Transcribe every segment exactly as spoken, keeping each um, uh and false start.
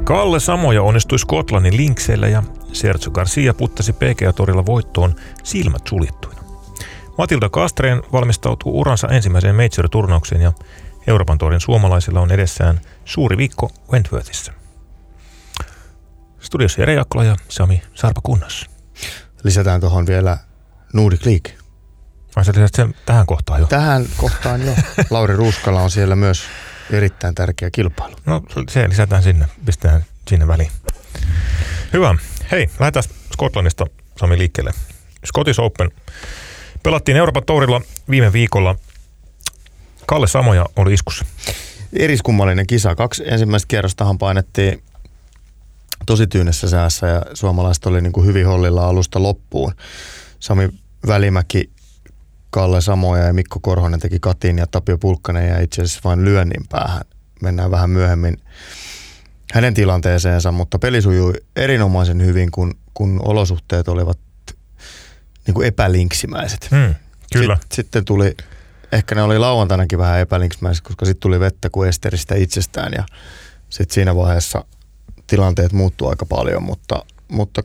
Kalle Samoja onnistui Skotlannin linkseillä ja Sergio Garcia puttasi P G A-torilla voittoon silmät suljettuina. Matilda Castrén valmistautuu uransa ensimmäiseen Major-turnaukseen ja Euroopan torin suomalaisilla on edessään suuri viikko Wentworthissa. Studiossa Jere Jaakkola ja Sami Sarpakunnas. Lisätään tuohon vielä Nordic League. Ai sä lisät sen tähän kohtaan jo? Tähän kohtaan jo. Lauri Ruuskala on siellä myös erittäin tärkeä kilpailu. No se lisätään sinne, pistetään sinne väliin. Hyvä. Hei, lähdetään Skotlannista Sami liikkeelle. Scottish Open pelattiin Euroopan tourilla viime viikolla. Kalle Samoja oli iskussa. Eriskummallinen kisa. Kaksi ensimmäistä kierrostahan painettiin tosi tyynessä säässä ja suomalaiset oli niin kuin hyvin hollilla alusta loppuun. Sami Välimäki, Kalle Samoja ja Mikko Korhonen teki katin ja Tapio Pulkkanen ja itse asiassa vain lyönnin päähän. Mennään vähän myöhemmin hänen tilanteeseensa, mutta peli sujui erinomaisen hyvin, kun, kun olosuhteet olivat niin kuin epälinksimäiset. Hmm, kyllä. Sitten, sitten tuli, ehkä ne oli lauantainakin vähän epälinksimäiset, koska sitten tuli vettä kuin esteristä itsestään ja sitten siinä vaiheessa tilanteet muuttuu aika paljon, mutta, mutta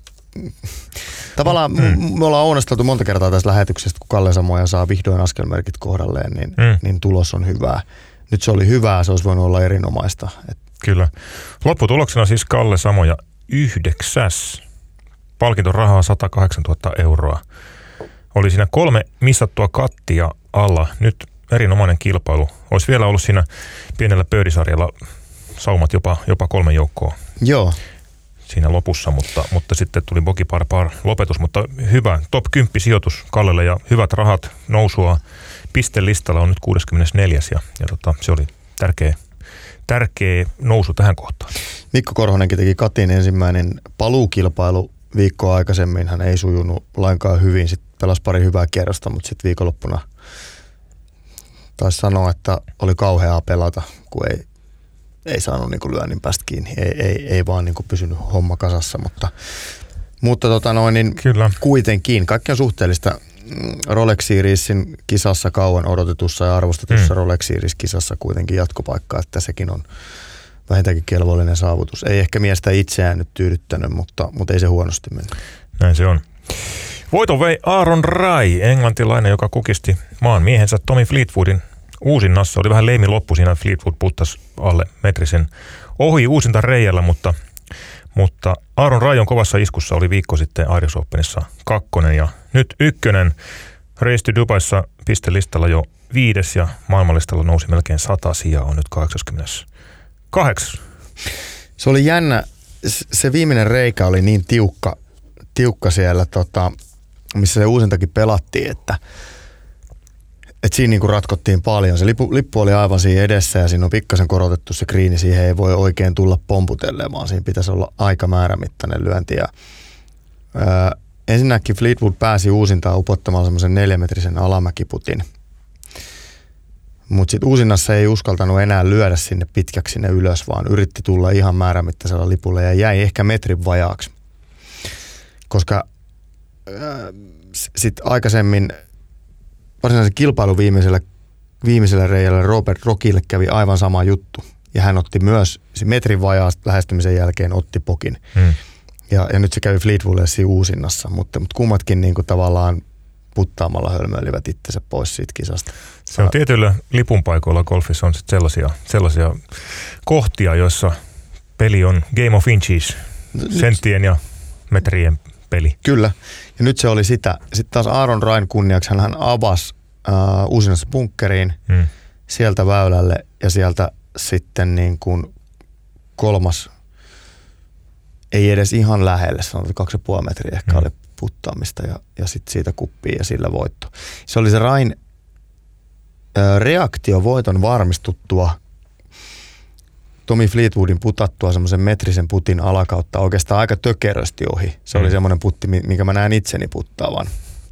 tavallaan mm. me ollaan onnisteltu monta kertaa tässä lähetyksessä, kun Kalle Samoja saa vihdoin askelmerkit kohdalleen, niin, mm. niin tulos on hyvää. Nyt se oli hyvää, se olisi voinut olla erinomaista. Et Kyllä. Lopputuloksena siis Kalle Samoja yhdeksäs. Palkintorahaa sata kahdeksantuhatta euroa. Oli siinä kolme missattua kattia alla. Nyt erinomainen kilpailu. Olisi vielä ollut siinä pienellä pöydisarjalla saumat jopa, jopa kolme joukkoa. Joo. Siinä lopussa, mutta, mutta sitten tuli bogi par par lopetus, mutta hyvä top kymmenen sijoitus Kallelle ja hyvät rahat nousua. Pistelistalla on nyt kuudeskymmenesneljäs ja, ja tota, se oli tärkeä, tärkeä nousu tähän kohtaan. Mikko Korhonenkin teki katin ensimmäinen paluukilpailu viikkoa aikaisemmin. Hän ei sujunut lainkaan hyvin, sitten pelasi pari hyvää kierrosta, mutta sitten viikonloppuna taisi sanoa, että oli kauheaa pelata, kun ei Ei saanut niin kuin lyönnin päästä kiinni, ei, ei, ei vaan niin kuin pysynyt homma kasassa, mutta, mutta tota noin, niin Kyllä. kuitenkin kaikki on suhteellista. Rolex Seriesin kisassa kauan odotetussa ja arvostetussa mm. Rolex Series-kisassa kuitenkin jatkopaikka, että sekin on vähintäänkin kelvollinen saavutus. Ei ehkä miestä itseään nyt tyydyttänyt, mutta, mutta ei se huonosti mennyt. Näin se on. Voiton vei Aaron Rai, englantilainen, joka kukisti maan miehensä Tommy Fleetwoodin uusinnassa. Oli vähän leimi loppu siinä, Fleetwood puttasi alle metrisen ohi uusinta reijällä, mutta, mutta Aaron Rai on kovassa iskussa, oli viikko sitten Irish Openissa kakkonen ja nyt ykkönen. Race to Dubaissa pistelistalla jo viides ja maailmanlistalla nousi melkein sata sijaa, on nyt kahdeksankymmentäkahdeksan. Se oli jännä, se viimeinen reikä oli niin tiukka, tiukka siellä, tota, missä se uusintakin pelattiin, että Että siinä niinku ratkottiin paljon. Se lippu, lippu oli aivan siinä edessä ja siinä on pikkasen korotettu se kriini. Siihen ei voi oikein tulla pomputelle, vaan siinä pitäisi olla aika määrämittainen lyönti. Ja, ää, ensinnäkin Fleetwood pääsi uusintaan upottamaan semmoisen neljämetrisen alamäkiputin. Mutta sitten uusinnassa ei uskaltanut enää lyödä sinne pitkäksi sinne ylös, vaan yritti tulla ihan määrämittaisella lipulla ja jäi ehkä metrin vajaaksi. Koska sitten aikaisemmin varsinaisen kilpailun viimeisellä, viimeisellä reijällä Robert Rockille kävi aivan sama juttu. Ja hän otti myös metrin vajaasta lähestymisen jälkeen otti pokin. Hmm. Ja, ja nyt se kävi Fleetwoodille siinä uusinnassa, mutta, mutta kummatkin niin kuin tavallaan puttaamalla hölmöilivät itsensä pois siitä kisasta. Se on tietyillä lipunpaikoilla golfissa on sit sellaisia, sellaisia kohtia, joissa peli on game of inches, senttien ja metrien peli. Kyllä. Ja nyt se oli sitä. Sitten taas Aaron Rain kunniaksi hän avasi uh, uusinnassa bunkkeriin, hmm. sieltä väylälle ja sieltä sitten niin kuin kolmas, ei edes ihan lähelle, sanotaan kaksi ja puoli metriä ehkä hmm. oli puttaamista ja, ja sitten siitä kuppiin ja sillä voitto. Se oli se Rain uh, reaktio voiton varmistuttua Tommy Fleetwoodin putattua semmoisen metrisen putin alakautta oikeastaan aika tökerösti ohi. Se mm. oli semmoinen putti, minkä mä näen itseni puttaavan.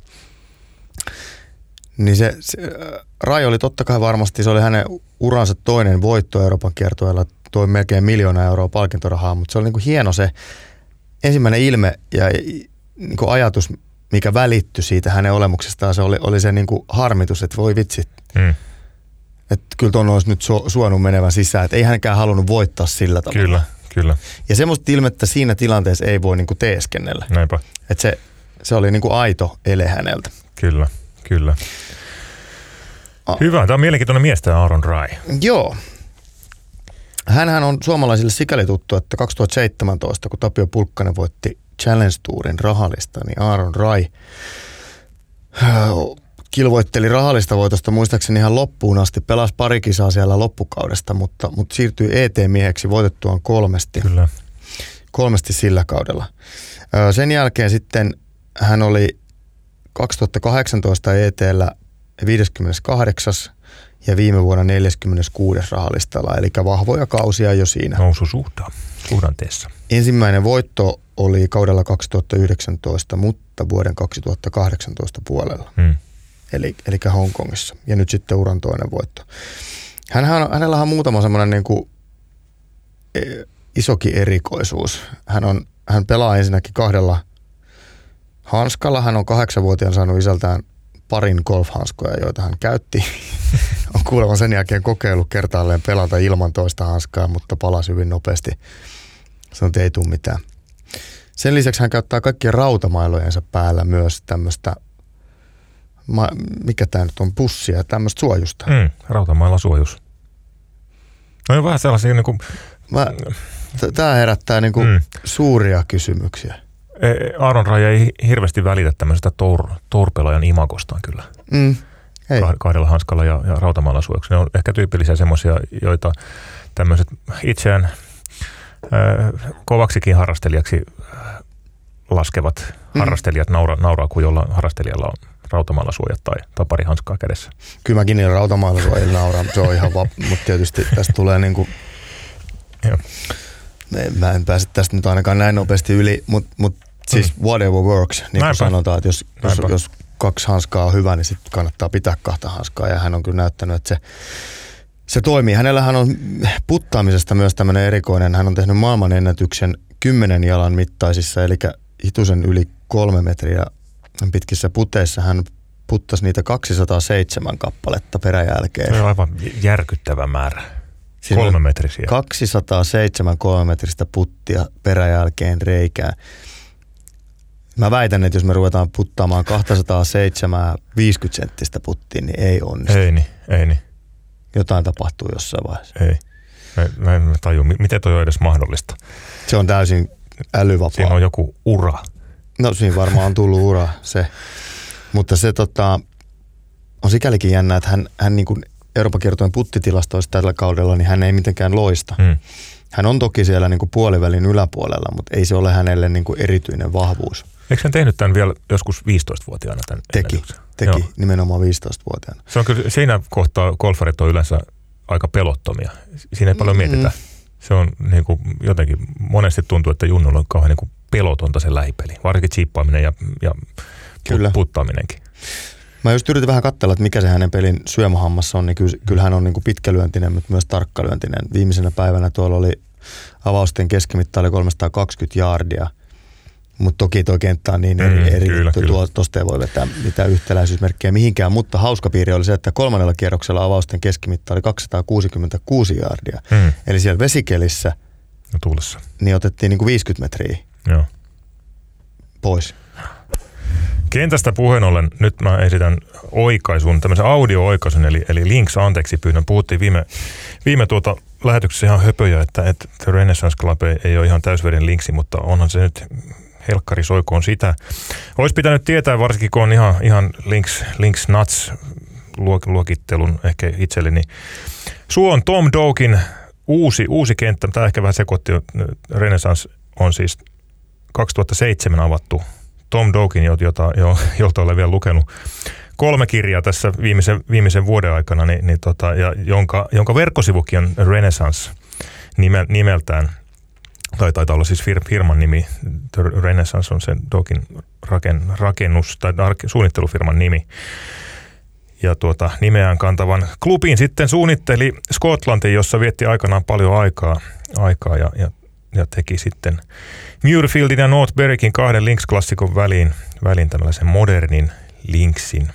Niin se, se Rai oli totta kai varmasti, se oli hänen uransa toinen voitto Euroopan kiertueella, toi melkein miljoona euroa palkintorahaa, mutta se oli niin kuin hieno se ensimmäinen ilme ja niin kuin ajatus, mikä välittyi siitä hänen olemuksestaan. Se oli, oli se niin kuin harmitus, että voi vitsit. Mm. Että kyllä tuon olisi nyt su- suonut menevän sisään, että ei hänkään halunnut voittaa sillä tavalla. Kyllä, Kyllä. Ja semmoista ilmettä siinä tilanteessa ei voi niinku teeskennellä. Näinpä. Että se, se oli niinku aito ele häneltä. Kyllä, kyllä. A- Hyvä, tämä on mielenkiintoinen mies tämä Aaron Rai. Joo. Hänhän on suomalaisille sikäli tuttu, että kaksituhattaseitsemäntoista, kun Tapio Pulkkanen voitti Challenge Tourin rahallista, niin Aaron Rai kilvoitteli rahallista voitosta muistaakseni ihan loppuun asti. Pelasi pari kisaa siellä loppukaudesta, mutta, mutta siirtyi E T-mieheksi voitettuaan kolmesti. Kyllä. Kolmesti sillä kaudella. Sen jälkeen sitten hän oli kaksituhattakahdeksantoista E T:llä viideskymmeneskahdeksas ja viime vuonna neljäskymmeneskuudes rahalistalla, eli vahvoja kausia jo siinä. Nousu suhta, suhdanteessa. Ensimmäinen voitto oli kaudella kaksituhattayhdeksäntoista, mutta vuoden kaksituhattakahdeksantoista puolella, hmm. eli, eli Hongkongissa. Ja nyt sitten uran toinen voitto. Hänhän, hänellä on muutama semmoinen niin kuin isokin erikoisuus. Hän, on, hän pelaa ensinnäkin kahdella hanskalla. Hän on kahdeksanvuotiaan saanut isältään parin golfhanskoja, joita hän käytti. On kuulemma sen jälkeen kokeillut kertaalleen pelata ilman toista hanskaa, mutta palasi hyvin nopeasti. Sanoi, että ei tule mitään. Sen lisäksi hän käyttää kaikkien rautamailojensa päällä myös tämmöistä, mikä tämä nyt on, pussia, tämmöistä suojusta. Mm, rautamailla suojus. No on vähän sellaisia niin kuin... Tämä herättää niin kuin mm. suuria kysymyksiä. Aaron Rai ei hirveästi välitä tämmöisestä tour, tourpelaajan imagostaan kyllä. Mm. Ei. Kahdella hanskalla ja, ja rautamailla suojuksi. Ne on ehkä tyypillisiä semmoisia, joita tämmöiset itseään äh, kovaksikin harrastelijaksi laskevat mm. harrastelijat naura, nauraa, kun jolla harrastelijalla on rautamailla suojat tai, tai pari hanskaa kädessä. Kyllä mäkin niillä rautamailla suojilla nauraan, se on ihan vap, mutta tietysti tästä tulee niinku... Joo. Mä en pääse tästä nyt ainakaan näin nopeasti yli, mutta mut siis mm. whatever works, niin kuin Näinpä. sanotaan, että jos, jos, jos kaksi hanskaa on hyvä, niin sitten kannattaa pitää kahta hanskaa. Ja hän on kyllä näyttänyt, että se, se toimii. Hänellähän on puttaamisesta myös tämmöinen erikoinen. Hän on tehnyt maailmanennätyksen kymmenen jalan mittaisissa, eli hitusen yli kolme metriä pitkissä puteissa. Hän puttasi niitä kaksisataaseitsemän kappaletta peräjälkeen. Se on aivan järkyttävä määrä. Siinä kolme metrisiä. kaksisataaseitsemän kolmemetristä puttia peräjälkeen reikään. Mä väitän, että jos me ruvetaan puttaamaan kaksisataaseitsemän viisikymmentä senttistä puttiin, niin ei onnistu. Ei niin, ei niin. Jotain tapahtuu jossain vaiheessa. Ei. Mä, mä en tajua, miten toi on edes mahdollista. Se on täysin älyvapaa. Siinä on joku ura. No siinä varmaan on tullut ura se. Mutta se tota, on sikälikin jännä, että hän, hän niin kuin Euroopan kiertojen puttitilastoissa tällä kaudella, niin hän ei mitenkään loista. Hmm. Hän on toki siellä niin kuin puolivälin yläpuolella, mutta ei se ole hänelle niin kuin erityinen vahvuus. Eikö hän tehnyt tämän vielä joskus viisitoistavuotiaana? Tämän teki, teki Joo. nimenomaan viisitoistavuotiaana. Se on kyllä, siinä kohtaa golfarit on yleensä aika pelottomia. Siinä ei paljon mietitä. Se on niin kuin, jotenkin, monesti tuntuu, että junnulla on kauhean niin kuin pelotonta se lähipeli. Varsinkin chiippaaminen ja, ja kyllä. puttaaminenkin. Mä just yritin vähän katsella, että mikä se hänen pelin syömähammassa on, niin kyllä hän on niin kuin pitkälyöntinen, mutta myös tarkkalyöntinen. Viimeisenä päivänä tuolla oli avausten keskimitta kolmesataakaksikymmentä jaardia, mutta toki tuo kenttä on niin eri, mm, eri kyllä, tuo, tosta ei voi vetää mitään yhtäläisyysmerkkejä mihinkään, mutta hauska piiri oli se, että kolmannella kierroksella avausten keskimitta oli kaksisataakuusikymmentäkuusi jaardia, mm. eli siellä vesikelissä no, tuulessa. Niin otettiin niin kuin viisikymmentä metriä Joo. pois. Kentästä puheen ollen, nyt mä esitän oikaisun, tämmöisen audio-oikaisun, eli, eli links anteeksi pyynnön. Puhuttiin viime, viime tuota lähetyksessä ihan höpöjä, että, että The Renaissance Club ei, ei ole ihan täysveden linksi, mutta onhan se nyt helkkari soikoon sitä. Olisi pitänyt tietää, varsinkin kun on ihan, ihan links, links nuts luokittelun ehkä itselleni. Suon Tom Doakin uusi, uusi kenttä, tämä ehkä vähän sekoitti, Renaissance on siis kaksituhattaseitsemän avattu. Tom Doakin, jota, jo, jolta olen vielä lukenut kolme kirjaa tässä viimeisen, viimeisen vuoden aikana, niin, niin tota, ja jonka, jonka verkkosivukin on Renaissance nime, nimeltään, tai taitaa olla siis fir, firman nimi, Renaissance on sen Doakin raken, rakennus- tai suunnittelufirman nimi. Ja tuota, nimeään kantavan klubin sitten suunnitteli Skotlantiin, jossa vietti aikanaan paljon aikaa, aikaa ja, ja ja teki sitten Muirfieldin ja North Berwickin kahden Links-klassikon väliin, väliin tällaisen modernin linksin.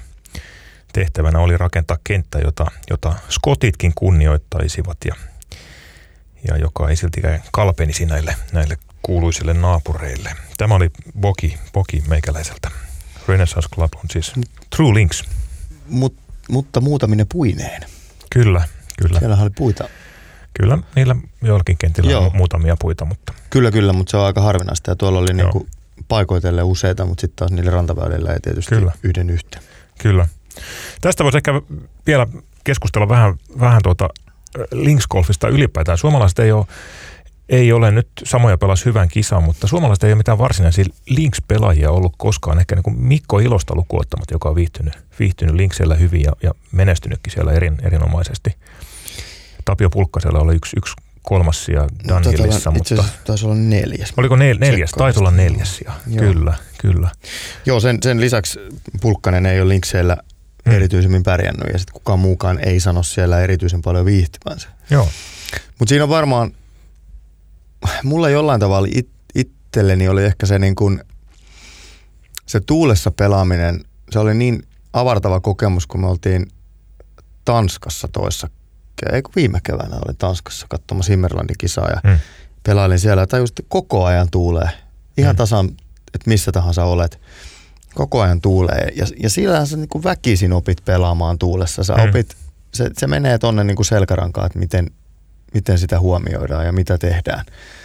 Tehtävänä oli rakentaa kenttä, jota, jota skotitkin kunnioittaisivat. Ja, ja joka ei siltikään kalpenisi näille, näille kuuluisille naapureille. Tämä oli Boki, Boki meikäläiseltä. Renaissance Club on siis True Links. Mut, mutta muutaminen puineen. Kyllä, kyllä. Siellähän oli puita. Kyllä, niillä joillakin kentillä Joo. on muutamia puita, mutta... Kyllä, kyllä, mutta se on aika harvinaista. Ja tuolla oli niinku paikoitelle useita, mutta sitten taas niille rantaväylillä ei tietysti kyllä. yhden yhteen. Kyllä. Tästä voisi ehkä vielä keskustella vähän, vähän tuota linksgolfista ylipäätään. Suomalaiset ei ole, ei ole nyt samoja pelas hyvän kisan, mutta suomalaiset ei ole mitään varsinaisia links-pelaajia ollut koskaan. Ehkä niin kuin Mikko Ilosta lukuun ottamatta, joka on viihtynyt, viihtynyt linksellä hyvin ja, ja menestynytkin siellä erin, erinomaisesti. Tapio Pulkkasella oli yksi, yksi kolmas sija Dunhillissa, mutta... Itse asiassa taisi olla neljäs. Oliko nel, neljäs? Taisi olla neljäs sija. Kyllä, kyllä. Joo, sen, sen lisäksi Pulkkanen ei ole linkseillä hmm. erityisemmin pärjännyt ja sitten kukaan muukaan ei sano siellä erityisen paljon viihtyvänsä. Joo. Mutta siinä on varmaan, mulla jollain tavalla it, itselleni oli ehkä se niin kuin, se tuulessa pelaaminen, se oli niin avartava kokemus, kun me oltiin Tanskassa toissa ei kun viime keväänä olin Tanskassa katsomassa Himmerlandin kisaa ja mm. pelailin siellä. Tai just koko ajan tuulee. Ihan mm. tasan, että missä tahansa olet. Koko ajan tuulee. Ja, ja sillähän sä niin kuin väkisin opit pelaamaan tuulessa. Sä mm. opit, se, se menee tonne niin kuin selkärankaan, että miten, miten sitä huomioidaan ja mitä tehdään.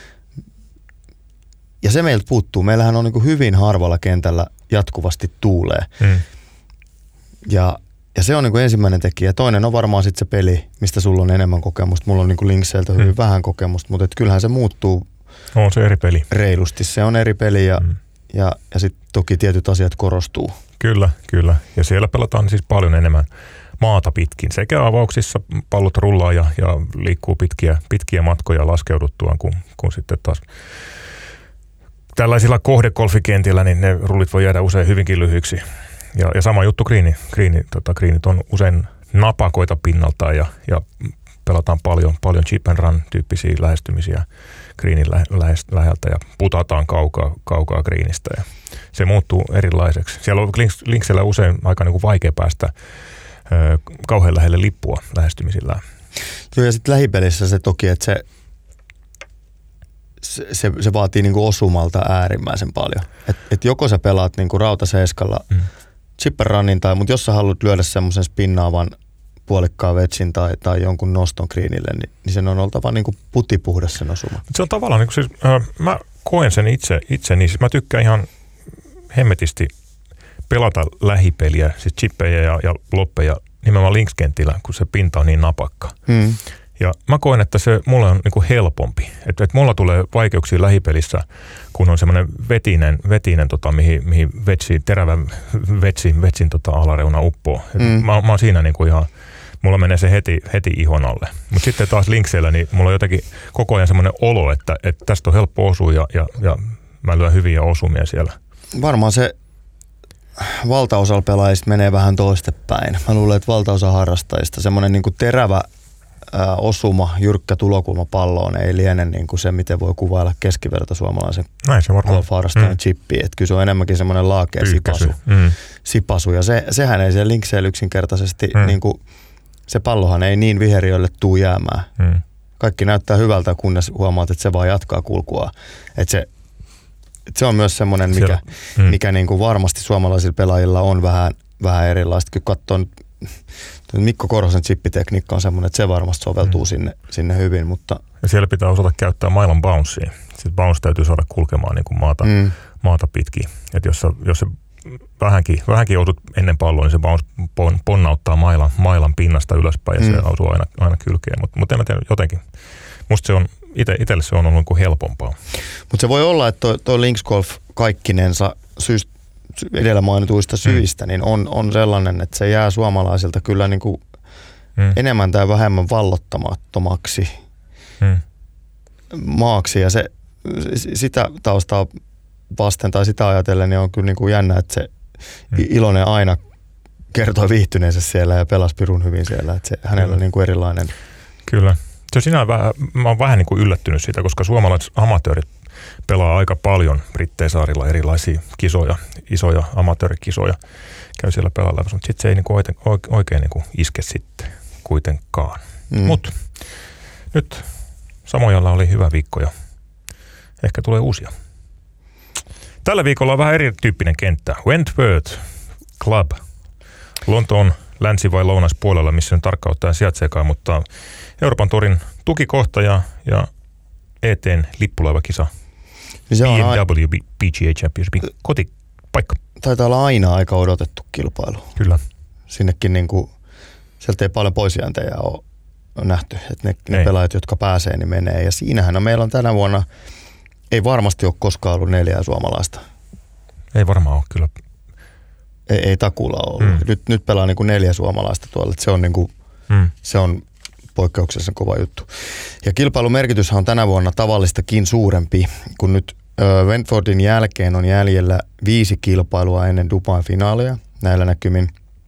Ja se meiltä puuttuu. Meillähän on niin kuin hyvin harvalla kentällä jatkuvasti tuulee. Mm. Ja Ja se on niin kuin ensimmäinen tekijä. Toinen on varmaan sitten se peli, mistä sulla on enemmän kokemusta. Mulla on niin kuin linkseiltä hyvin mm. vähän kokemusta, mutta et kyllähän se muuttuu on se eri peli. Reilusti. Se on eri peli ja, mm. ja, ja sitten toki tietyt asiat korostuu. Kyllä, kyllä. Ja siellä pelataan siis paljon enemmän maata pitkin. Sekä avauksissa pallot rullaa ja, ja liikkuu pitkiä, pitkiä matkoja laskeuduttuaan, kun, kun sitten taas tällaisilla kohdekolfikentillä niin ne rullit voi jäädä usein hyvinkin lyhyiksi. Ja, ja sama juttu griini. Griini tota, griinit on usein napakoita pinnaltaan ja, ja pelataan paljon, paljon chip and run -tyyppisiä lähestymisiä griinin lä- lähe- läheltä ja putataan kaukaa, kaukaa griinistä ja se muuttuu erilaiseksi. Siellä on links, linksellä usein aika niin kuin vaikea päästä ö, kauhean lähelle lippua lähestymisillään. Joo, ja sitten lähipelissä se toki, että se, se, se, se vaatii niin kuin osumalta äärimmäisen paljon. Että et joko sä pelaat niin kuin rautaseiskalla mm. chip and runin, tai, mutta jos sä haluat lyödä semmoisen spinnaavan puolikkaan vetsin tai, tai jonkun noston greenille, niin, niin sen on oltava niin kuin putipuhdas sen osuma. Se on tavallaan, niin kuin siis, äh, mä koen sen itse, itse niin siis mä tykkään ihan hemmetisti pelata lähipeliä, siis chippejä ja, ja loppeja nimenomaan linkskentillä, kun se pinta on niin napakka. Hmm. Ja mä koen, että se mulle on niinku helpompi. Että et mulla tulee vaikeuksia lähipelissä, kun on semmoinen vetinen, vetinen tota, mihin, mihin vetsi, terävä vetsi, vetsin tota alareuna uppoo. Mm. Mä, mä oon siinä niinku ihan, mulla menee se heti, heti ihon alle. Mutta sitten taas linkseillä, niin mulla on jotenkin koko ajan semmoinen olo, että, että tästä on helppo osua ja, ja, ja mä lyön hyviä osumia siellä. Varmaan se valtaosalla pelaajista menee vähän toistepäin. Mä luulen, että valtaosa harrastajista semmoinen niinku terävä osuma, jyrkkä tulokulma palloon ei liene niin kuin se, miten voi kuvailla keskiverto suomalaisen golf-harrastajan mm. chippiä. Että kyllä se on enemmänkin semmoinen laakea sipasu. Mm. sipasu. Ja se, sehän ei siellä linkseillä yksinkertaisesti, mm. niin kuin, se pallohan ei niin viheriölle tuu jäämään. Mm. Kaikki näyttää hyvältä, kunnes huomaat, että se vaan jatkaa kulkua. Että se, että se on myös semmoinen, mikä, mm. mikä niin kuin varmasti suomalaisilla pelaajilla on vähän, vähän erilaista. Kyllä katsoo Mikko Korhosen chippitekniikka on semmoinen, että se varmasti soveltuu mm. sinne, sinne hyvin. Mutta ja siellä pitää osata käyttää mailan bouncea. Sitten bounce täytyy saada kulkemaan niin kuin maata, mm. maata pitkin. Että jos, jos se vähänkin, vähänkin osut ennen palloa, niin se bounce pon, ponnauttaa mailan, mailan pinnasta ylöspäin ja mm. se osuu aina, aina kylkeen. Mutta mut en mä tiedä, jotenkin. Musta se on, ite, itelle se on ollut niin kuin helpompaa. Mutta se voi olla, että tuo, tuo links golf kaikkinensa syystä, edellä mainituista syistä, mm. niin on, on sellainen, että se jää suomalaisilta kyllä niin kuin mm. enemmän tai vähemmän vallottamattomaksi mm. maaksi. Ja se, sitä taustaa vasten tai sitä ajatellen, niin on kyllä niin kuin jännä, että se mm. Ilonen aina kertoi viihtyneensä siellä ja pelasi pirun hyvin siellä. Että se, hänellä on niin kuin erilainen. Kyllä. Se sinä vähän, mä oon vähän niin kuin yllättynyt siitä, koska suomalaiset amatöörit pelaa aika paljon Brittein-saarilla erilaisia kisoja, isoja amatöörikisoja, käy siellä pelailla, mutta sitten se ei niinku oikein, oikein niinku iske sitten kuitenkaan. Mm. Mutta nyt Samojalla oli hyvä viikko ja ehkä tulee uusia. Tällä viikolla on vähän erityyppinen kenttä. Wentworth Club. Lontoon länsi- vai lounaspuolella, missä nyt tarkkaan ottaen sijaitseekaan, mutta Euroopan torin tukikohta ja, ja E T:n lippulaivakisa. Niin se B on M W P G A Championshipin kotipaikka. Taitaa olla aina aika odotettu kilpailu. Kyllä. Sinnekin niinku, sieltä ei paljon poisjääntejä ole nähty, että ne, ne pelaajat, jotka pääsee, niin menee. Ja siinähän on, meillä on tänä vuonna, ei varmasti ole koskaan ollut neljää suomalaista. Ei varmaan ole kyllä. Ei, ei takuulla ollut. Mm. Nyt, nyt pelaa niinku neljä suomalaista tuolla, että se on, niinku, mm. se on poikkeuksellisen kova juttu. Ja kilpailumerkityshän on tänä vuonna tavallistakin suurempi, kun nyt ö, Wentworthin jälkeen on jäljellä viisi kilpailua ennen Dubain finaalia näillä näkymin.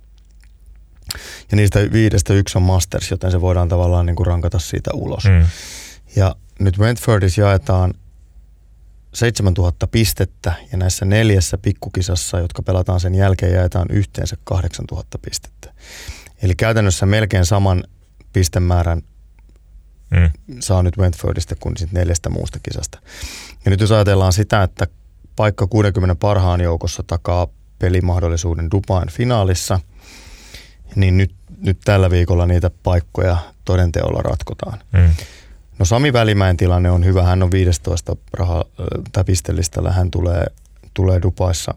Ja niistä viidestä yksi on Masters, joten se voidaan tavallaan niin kuin rankata siitä ulos. Mm. Ja nyt Wentworthissa jaetaan seitsemäntuhatta pistettä ja näissä neljässä pikkukisassa, jotka pelataan sen jälkeen, jaetaan yhteensä kahdeksantuhatta pistettä. Eli käytännössä melkein saman pistemäärän mm. saa nyt Wentworthista kuin sit neljästä muusta kisasta. Ja nyt jos ajatellaan sitä, että paikka kuudenkymmenen parhaan joukossa takaa pelimahdollisuuden Dubain finaalissa, niin nyt, nyt tällä viikolla niitä paikkoja todenteolla ratkotaan. Mm. No Sami Välimäen tilanne on hyvä. Hän on viisitoista raha, tai pistelistalla. Hän tulee, tulee Dubaissa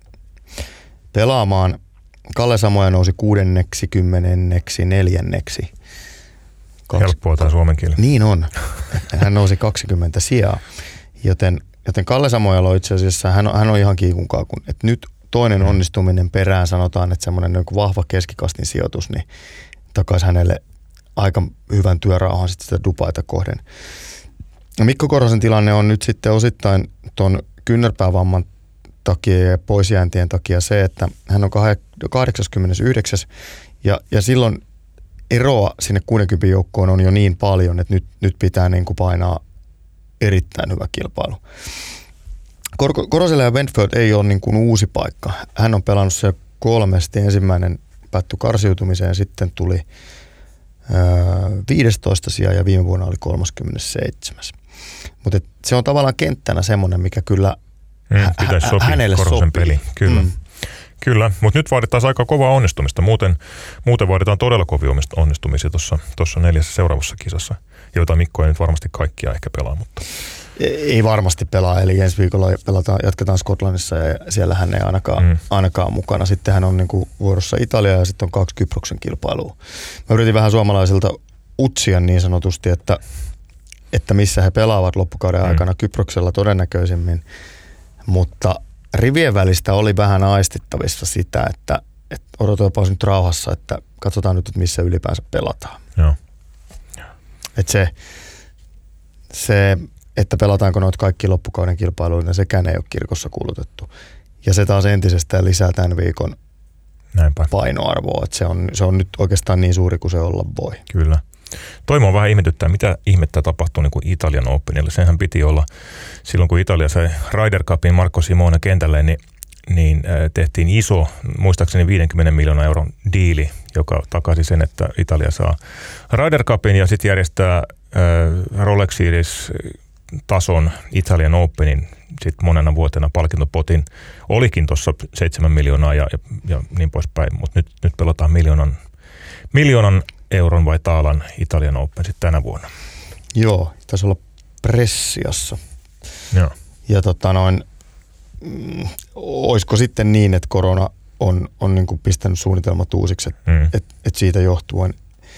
pelaamaan. Kalle Samoja nousi kuudenneksi, kymmenenneksi, neljänneksi. Kaks... Helppoa tämä suomen kieli. Niin on. Hän nousi kaksikymmentä sijaa. Joten, joten Kalle Samojalla on itse asiassa, hän on, hän on ihan kiikunkaa, kun että nyt toinen onnistuminen perään, sanotaan, että semmoinen niin vahva keskikastin sijoitus, niin takaisi hänelle aika hyvän työrauhan sitten sitä Dubaita kohden. Ja Mikko Korhosen tilanne on nyt sitten osittain tuon kynnärpäävamman takia ja poisjääntien takia se, että hän on kahdeksankymmentäyhdeksän ja, ja silloin eroa sinne kuudenkymmenen joukkoon on jo niin paljon, että nyt, nyt pitää niin kuin painaa erittäin hyvä kilpailu. Kor- Korhoselle ja Wentworth ei ole niin kuin uusi paikka. Hän on pelannut se kolmesti. Ensimmäinen päättyi karsiutumiseen, sitten tuli viidestoista sija ja viime vuonna oli kolmaskymmenesseitsemäs. Mutta se on tavallaan kenttänä semmoinen, mikä kyllä mm, hä- sopii hänelle sopii. Peli. Kyllä, mm. Kyllä. Mutta nyt vaaditaan aika kovaa onnistumista. Muuten, muuten vaaditaan todella kovia onnistumisia tuossa neljässä seuraavassa kisassa, joita Mikko ei nyt varmasti kaikkia ehkä pelaa. Mutta ei varmasti pelaa, eli ensi viikolla pelataan, jatketaan Skotlannissa ja siellä hän ei ainakaan, mm. ainakaan mukana. Sitten hän on niin kuin vuorossa Italia ja sitten on kaksi Kyproksen kilpailua. Mä yritin vähän suomalaisilta utsia niin sanotusti, että, että missä he pelaavat loppukauden mm. aikana. Kyproksella todennäköisimmin, mutta rivien välistä oli vähän aistittavissa sitä, että, että odotoipa nyt rauhassa, että katsotaan nyt, että missä ylipäänsä pelataan. Joo. Että se, se että pelataanko noita kaikki loppukauden kilpailuja, sekään ei ole kirkossa kuulutettu. Ja se taas entisestään lisää tämän viikon Näinpä. painoarvoa, että se on, se on nyt oikeastaan niin suuri kuin se olla voi. Kyllä. Toi mua vähän ihmetyttää, mitä ihmettä tapahtuu niin kuin Italian Openille. Senhän piti olla silloin, kun Italia sai Ryder Cupin Marco Simone kentälle, niin, niin tehtiin iso, muistaakseni viidenkymmenen miljoonan euron diili, joka takasi sen, että Italia saa Ryder Cupin ja sitten järjestää äh, Rolex Series tason Italian Openin sitten monena vuotena palkintopotin. Olikin tuossa seitsemän miljoonaa ja, ja, ja niin poispäin, mutta nyt, nyt pelataan miljoonan, miljoonan euron vai taalan Italian Open sitten tänä vuonna. Joo, taisi olla Pressiassa. Joo. Ja tota noin, mm, olisiko sitten niin, että korona on, on niin kuin pistänyt suunnitelmat uusiksi, että mm. et, et siitä johtuen.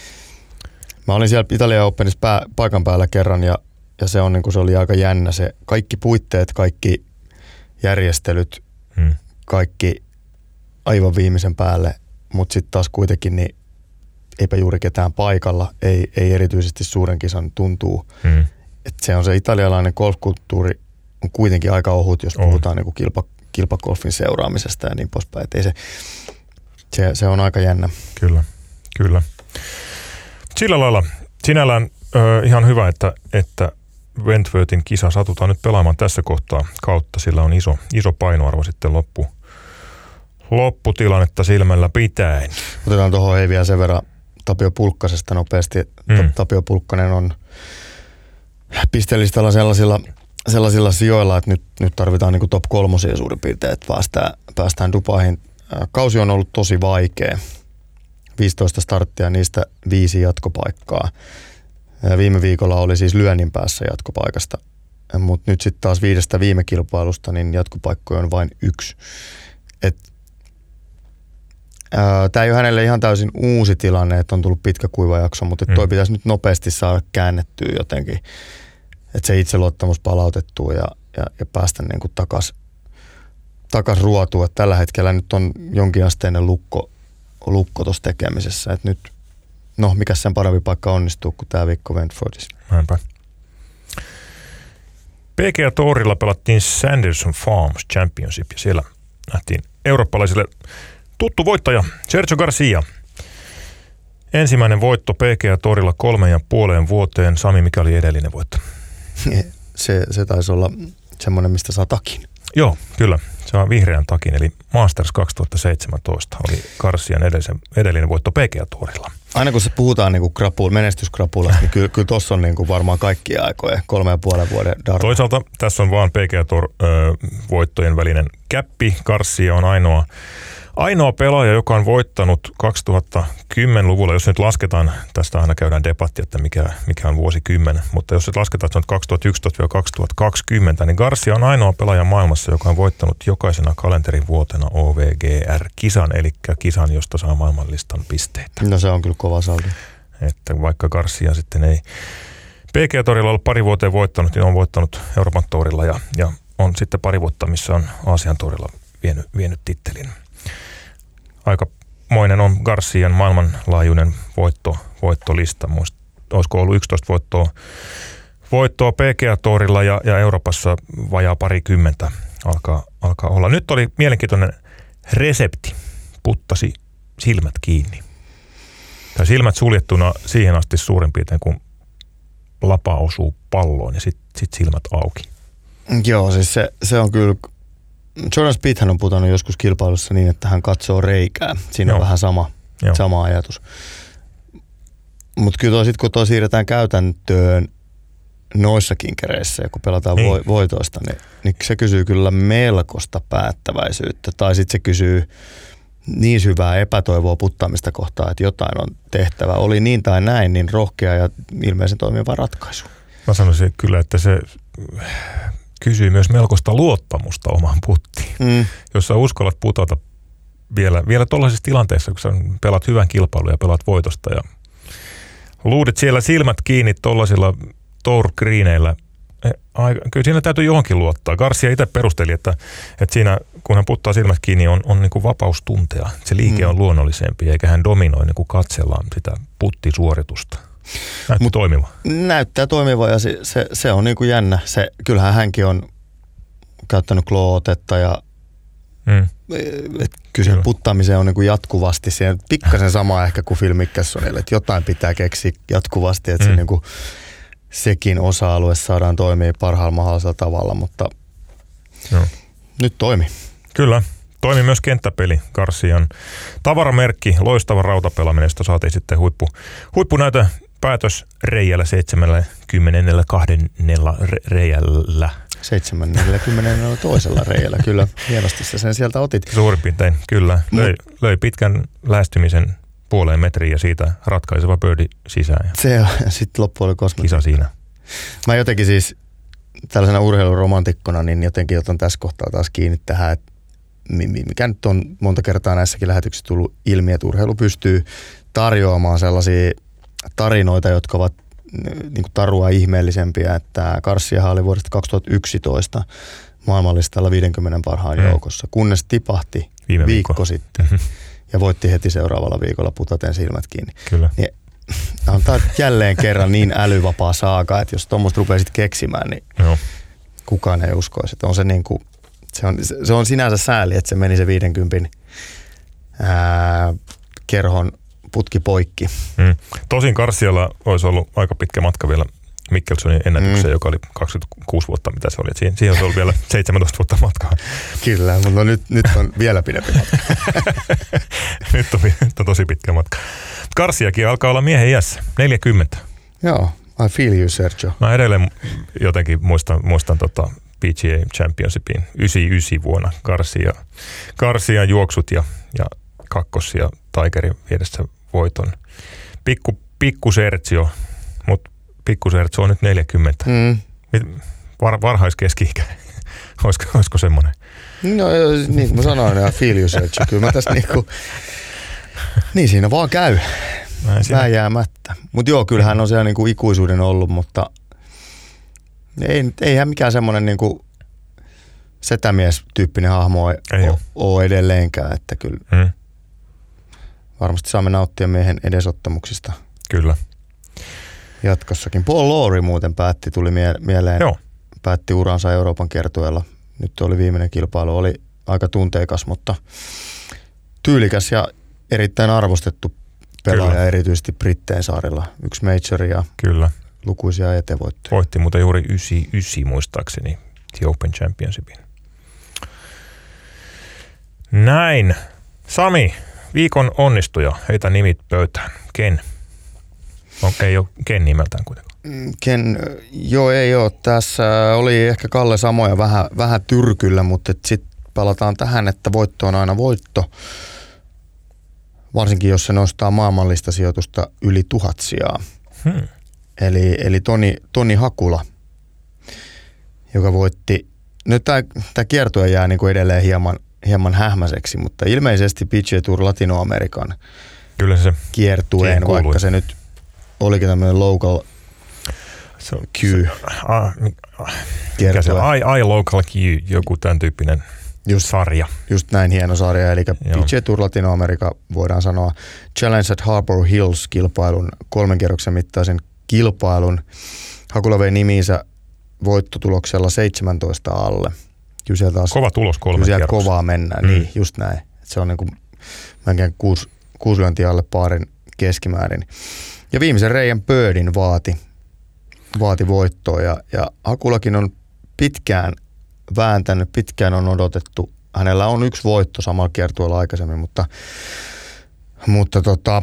Mä olin siellä Italian Openissa pää, paikan päällä kerran ja Ja se, on, niin kuin se oli aika jännä. Se kaikki puitteet, kaikki järjestelyt, hmm. kaikki aivan viimeisen päälle, mutta sitten taas kuitenkin niin eipä juuri ketään paikalla, ei, ei erityisesti suuren kisan tuntuu. Hmm. Että se on se italialainen golfkulttuuri on kuitenkin aika ohut, jos puhutaan niin kuin kilpa, kilpagolfin seuraamisesta ja niin poispäin. Ei se, se, se on aika jännä. Kyllä, kyllä. Sillä lailla sinällään ö, ihan hyvä, että, että Wentworthin kisa satutaan nyt pelaamaan tässä kohtaa kautta, sillä on iso, iso painoarvo sitten loppu, lopputilannetta silmällä pitäen. Otetaan tuohon ei vielä sen verran Tapio Pulkkasesta nopeasti. Mm. Tapio Pulkkanen on pistelistalla sellaisilla, sellaisilla sijoilla, että nyt, nyt tarvitaan niin kuin top kolmosia suurin piirtein, että päästään, päästään Dubaihin. Kausi on ollut tosi vaikea. viisitoista starttia, niistä viisi jatkopaikkaa. Viime viikolla oli siis lyönnin päässä jatkopaikasta, mutta nyt sitten taas viidestä viime kilpailusta, niin jatkopaikkoja on vain yksi. Tämä ei ole hänelle ihan täysin uusi tilanne, että on tullut pitkä kuiva jakso, mutta toi mm. pitäisi nyt nopeasti saada käännettyä jotenkin, että se itseluottamus palautettua ja, ja, ja päästä niin kuin takas, takas ruotua. Et tällä hetkellä nyt on jonkinasteinen lukko, lukko tuossa tekemisessä, että nyt, no mikä sen parempi paikka onnistuu kuin tämä viikko Wentfordissa. Näinpä. P G A Tourilla pelattiin Sanderson Farms Championship ja siellä nähtiin eurooppalaisille tuttu voittaja Sergio Garcia. Ensimmäinen voitto P G A Tourilla kolmen ja puoleen vuoteen. Sami, mikä oli edellinen voitto? Se, se taisi olla semmoinen, mistä saa takin. Joo, kyllä. Se on vihreän takin, eli Masters kaksituhattaseitsemäntoista oli Garcian edellisen, edellinen voitto P G A Tourilla. Aina kun se puhutaan niinku krapul, menestyskrapulasta, niin kyllä, kyllä tuossa on niinku varmaan kaikkia aikoja, kolme ja puolen vuoden darma. Toisaalta tässä on vaan P G A Tour ö, voittojen välinen käppi. Garcia on ainoa Ainoa pelaaja, joka on voittanut kaksituhattakymmenluvulla, jos nyt lasketaan, tästä aina käydään debatti, että mikä, mikä on vuosikymmen, mutta jos nyt lasketaan, että se on kaksituhattayksitoista kaksituhattakaksikymmentä, niin Garcia on ainoa pelaaja maailmassa, joka on voittanut jokaisena kalenterivuotena O V G R-kisan, eli kisan, josta saa maailmanlistan pisteitä. No se on kyllä kova saldo. Että vaikka Garcia sitten ei P G A Tourilla ollut pari vuoteen voittanut, niin on voittanut Euroopan Tourilla ja, ja on sitten pari vuotta, missä on Aasian Tourilla vienyt, vienyt tittelin. Aikamoinen on Garcian maailmanlaajuinen voitto, voittolista. Muist, olisiko ollut yksitoista voittoa, voittoa P G A Tourilla ja, ja Euroopassa vajaa parikymmentä alkaa, alkaa olla. Nyt oli mielenkiintoinen resepti. Puttasi silmät kiinni. Tai silmät suljettuna siihen asti suurin piirtein, kun lapa osuu palloon ja sitten sit silmät auki. Joo, siis se, se on kyllä. Jordan Spiethhän on putanut joskus kilpailussa niin, että hän katsoo reikää. Siinä Joo. on vähän sama, sama ajatus. Mutta kyllä sitten kun tuo siirretään käytäntöön noissa kinkereissä ja kun pelataan niin. vo, voitoista, niin, niin se kysyy kyllä melkoista päättäväisyyttä. Tai sitten se kysyy niin syvää epätoivoa puttaamista kohtaan, että jotain on tehtävä. Oli niin tai näin, niin rohkea ja ilmeisen toimiva ratkaisu. Mä sanoisin kyllä, että se kysyy myös melkoista luottamusta omaan puttiin. Mm. Jos sä uskallat putata vielä, vielä tuollaisessa tilanteessa, kun sä pelaat hyvän kilpailun ja pelaat voitosta ja luudet siellä silmät kiinni tuollaisilla tour-greeneillä, kyllä siinä täytyy johonkin luottaa. Garcia itse perusteli, että, että siinä kun hän puttaa silmät kiinni on, on niin kuin vapaus tuntea. Se liike mm. on luonnollisempi eikä hän dominoi niin kuin katsellaan sitä puttisuoritusta. Näyttää Mut toimiva. Näyttää toimiva ja se, se, se on niin kuin jännä. Se, kyllähän hänkin on käyttänyt klootetta ja mm. kyllä se puttaamiseen on niin kuin jatkuvasti. Siinä pikkasen sama ehkä kuin Phil Mickelsonille, että jotain pitää keksiä jatkuvasti, että mm. se niin kuin sekin osa-alue saadaan toimia parhaalla mahdollisella tavalla, mutta Joo. nyt toimi. Kyllä. Toimi myös kenttäpeli Garcian tavaramerkki, loistava rautapelaaminen, josta saatiin sitten huippu, huippunäytö päätös reijällä seitsemänkymmentäkaksi reijällä. seitsemänkymmentä toisella reijällä, kyllä. Hienosti sä sen sieltä otit. Suurin piirtein, kyllä. Löi, löi pitkän lähestymisen puoleen metriin ja siitä ratkaiseva birdie sisään. Se on, sitten loppu oli kosmetiikka. Kisa siinä. Mä jotenkin siis tällaisena urheiluromantikkona, niin jotenkin otan tässä kohtaa taas kiinni tähän, että mikä nyt on monta kertaa näissäkin lähetyksissä tullut ilmi, että urheilu pystyy tarjoamaan sellaisia tarinoita, jotka ovat niin kuin tarua ihmeellisempiä, että Garciahan oli vuodesta kaksituhattayksitoista maailmanlistalla viidenkymmenen parhaan mm. joukossa, kunnes tipahti Viime viikko viikko sitten ja voitti heti seuraavalla viikolla putaten silmät kiinni. Kyllä. Niin, on tämä jälleen kerran niin älyvapaa saaga, että jos tuommoista rupeaisit keksimään, niin Joo. kukaan ei uskoisi, että on se niin kuin Se on, se on sinänsä sääli, että se meni se viidenkympin ää, kerhon putki poikki. Mm. Tosin Garcialla olisi ollut aika pitkä matka vielä Mickelsonin ennätykseen, mm. joka oli kaksikymmentäkuusi vuotta, mitä se oli. Siihen, siihen olisi ollut vielä seitsemäntoista vuotta matkaa. Kyllä, mutta nyt, nyt on vielä pidempi matka. nyt, on, nyt on tosi pitkä matka. Garciakin alkaa olla miehen iässä, neljäkymmentä. Joo, I feel you, Sergio. Mä edelleen jotenkin muistan, muistan tota P G A Championshipin yhdeksänkymmentäyhdeksän vuonna Garcia, Garcian juoksut ja, ja kakkos ja Tigerin viedessä voiton. Pikku, pikku Sergio, mutta pikku Sergio on nyt neljäkymmentä. Mm. Var, varhaiskeski-ikä. olisiko, olisiko semmoinen? No niin kuin mä sanoin, ja feel you, Sergio. Kyllä mä tästä niinku, niin siinä vaan käy. Vääjäämättä. Mutta joo, kyllähän on siellä niinku ikuisuuden ollut, mutta ei, eihän mikään semmoinen niinku setämies-tyyppinen hahmo ei ole edelleenkään, että kyllä hmm. varmasti saamme nauttia miehen edesottamuksista. Kyllä. Jatkossakin. Paul Lawrie muuten päätti, tuli mie- mieleen, joo. päätti uransa Euroopan kiertueella. Nyt oli viimeinen kilpailu, oli aika tunteikas, mutta tyylikäs ja erittäin arvostettu pelaaja, kyllä. Erityisesti Brittein saarilla. Yksi majori ja kyllä. lukuisia etevoittoja. Voitti mutta juuri yhdeksänkymmentäyhdeksän muistaakseni The Open Championshipin. Näin. Sami, viikon onnistuja. Heitä nimit pöytään. Ken? On, ei ole Ken nimeltään kuitenkaan. Ken, joo ei ole. Tässä oli ehkä Kalle samoja vähän, vähän tyrkyllä, mutta sitten palataan tähän, että voitto on aina voitto. Varsinkin jos se nostaa maailmanlistasijoitusta yli tuhat sijaa. Hmm. Eli, eli Toni, Toni Hakula, joka voitti, nyt tämä kiertue jää niinku edelleen hieman, hieman hähmäiseksi, mutta ilmeisesti P G A Tour Latino-Amerikan kyllä se kiertueen, vaikka se nyt olikin tämmöinen local se on, Q kiertue. I, I local Q, joku tämän tyyppinen just, sarja. Just näin hieno sarja, eli P G A Tour Latino-Amerika voidaan sanoa Challenge at Harbour Hills -kilpailun, kolmen kierroksen mittaisen kilpailun. Hakula vei nimiinsä voittotuloksella seitsemäntoista alle. Taas, kova tulos kolmen kierroksen. Kovaa mennään, mm. niin just näin. Se on niin kuin melkein kuusi, kuusi lyöntiä alle paarin keskimäärin. Ja viimeisen reijän birdin vaati, vaati voittoa ja, ja Hakulakin on pitkään vääntänyt, pitkään on odotettu. Hänellä on yksi voitto samalla kiertueella aikaisemmin, mutta, mutta tota,